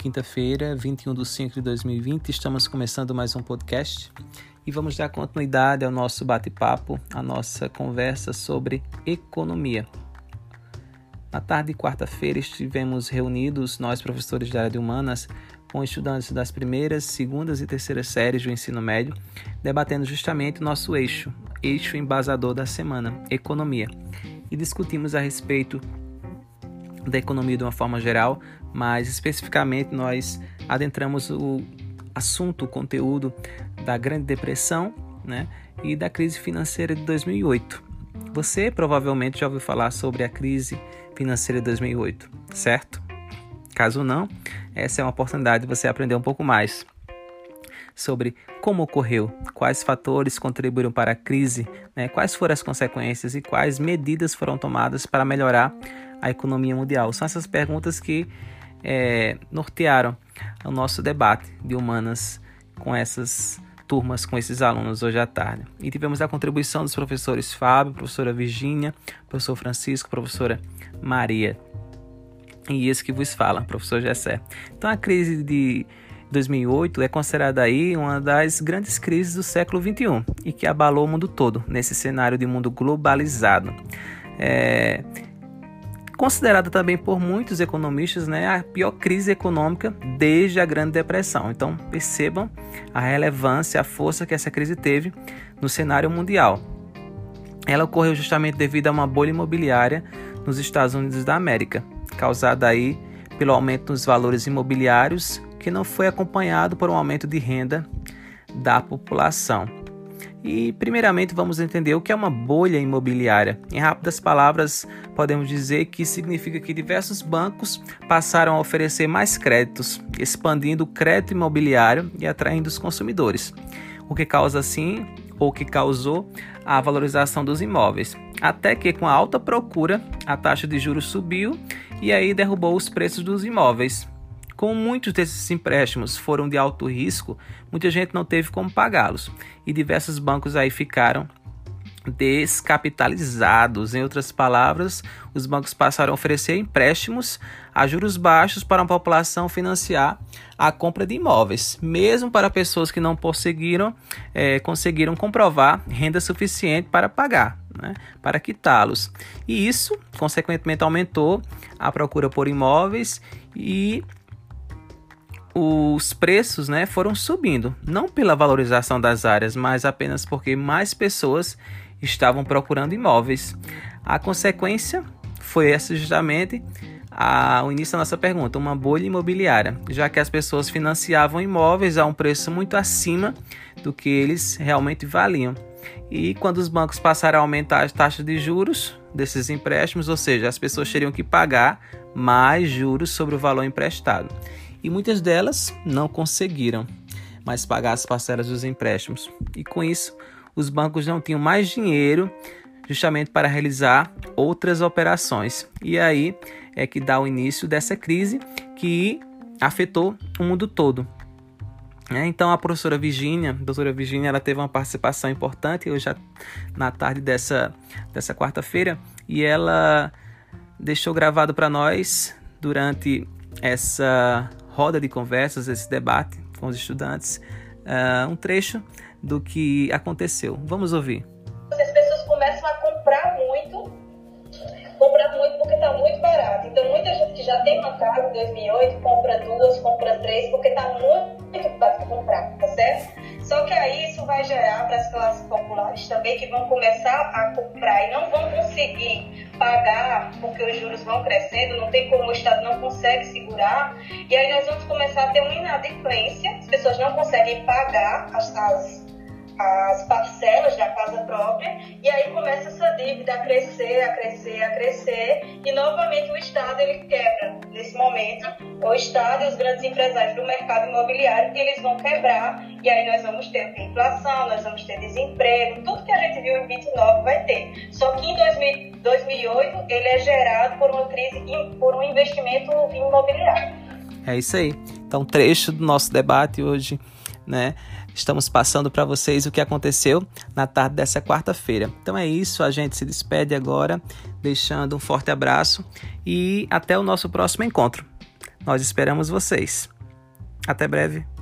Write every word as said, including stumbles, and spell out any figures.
quinta-feira, vinte e um de cinco de dois mil e vinte, estamos começando mais um podcast e vamos dar continuidade ao nosso bate-papo, a nossa conversa sobre economia. Na tarde de quarta-feira estivemos reunidos, nós professores da área de humanas, com estudantes das primeiras, segundas e terceiras séries do ensino médio, debatendo justamente o nosso eixo, eixo embasador da semana, economia. E discutimos a respeito da economia de uma forma geral, mas especificamente nós adentramos o assunto, o conteúdo da Grande Depressão, né, e da crise financeira de dois mil e oito. Você provavelmente já ouviu falar sobre a crise financeira de dois mil e oito, certo? Caso não, essa é uma oportunidade de você aprender um pouco mais sobre como ocorreu, quais fatores contribuíram para a crise, né, quais foram as consequências e quais medidas foram tomadas para melhorar a economia mundial. São essas perguntas que é, nortearam o nosso debate de humanas com essas turmas, com esses alunos hoje à tarde. E tivemos a contribuição dos professores Fábio, professora Virgínia, professor Francisco, professora Maria. E esse que vos fala, professor Gessé. Então a crise de dois mil e oito é considerada aí uma das grandes crises do século vinte e um e que abalou o mundo todo nesse cenário de mundo globalizado. É considerada também por muitos economistas, né, a pior crise econômica desde a Grande Depressão. Então percebam a relevância, a força que essa crise teve no cenário mundial. Ela ocorreu justamente devido a uma bolha imobiliária nos Estados Unidos da América, causada aí pelo aumento dos valores imobiliários, que não foi acompanhado por um aumento de renda da população. E, primeiramente, vamos entender o que é uma bolha imobiliária. Em rápidas palavras, podemos dizer que significa que diversos bancos passaram a oferecer mais créditos, expandindo o crédito imobiliário e atraindo os consumidores, o que causa, assim, ou que causou a valorização dos imóveis. Até que, com a alta procura, a taxa de juros subiu e aí derrubou os preços dos imóveis. Como muitos desses empréstimos foram de alto risco, muita gente não teve como pagá-los e diversos bancos aí ficaram descapitalizados. Em outras palavras, os bancos passaram a oferecer empréstimos a juros baixos para a população financiar a compra de imóveis, mesmo para pessoas que não conseguiram, é, conseguiram comprovar renda suficiente para pagar, né, para quitá-los. E isso, consequentemente, aumentou a procura por imóveis e os preços, né, foram subindo, não pela valorização das áreas, mas apenas porque mais pessoas estavam procurando imóveis. A consequência foi essa justamente a, o início da nossa pergunta, uma bolha imobiliária, já que as pessoas financiavam imóveis a um preço muito acima do que eles realmente valiam. E quando os bancos passaram a aumentar as taxas de juros desses empréstimos, ou seja, as pessoas teriam que pagar mais juros sobre o valor emprestado. E muitas delas não conseguiram mais pagar as parcelas dos empréstimos. E com isso, os bancos não tinham mais dinheiro justamente para realizar outras operações. E aí é que dá o início dessa crise que afetou o mundo todo. Então a professora Virgínia, a doutora Virgínia, ela teve uma participação importante hoje na tarde dessa, dessa quarta-feira e ela deixou gravado para nós durante essa roda de conversas, esse debate com os estudantes, uh, um trecho do que aconteceu. Vamos ouvir. As pessoas começam a comprar muito, comprar muito porque está muito barato. Então, muita gente que já tem uma casa em dois mil e oito compra duas, compra três, porque está muito, muito barato comprar, tá certo? Só que aí isso vai gerar para as classes populares também que vão começar a comprar e não vão conseguir pagar porque os juros vão crescendo, não tem como o Estado não consegue segurar, e aí nós vamos começar a ter uma inadimplência, as pessoas não conseguem pagar as, as, as parcelas da casa própria, e aí começa essa dívida a crescer, a crescer, a crescer, e novamente o Estado ele quebra. Nesse momento, o Estado e os grandes empresários do mercado imobiliário, eles vão quebrar, e aí nós vamos ter inflação, nós vamos ter desemprego, tudo que a gente viu em vinte e nove vai ter. Só que em dois mil e oito ele é gerado por uma crise, por um investimento imobiliário. É isso aí. Então, trecho do nosso debate hoje, né? Estamos passando para vocês o que aconteceu na tarde dessa quarta-feira. Então é isso, a gente se despede agora, deixando um forte abraço e até o nosso próximo encontro. Nós esperamos vocês. Até breve.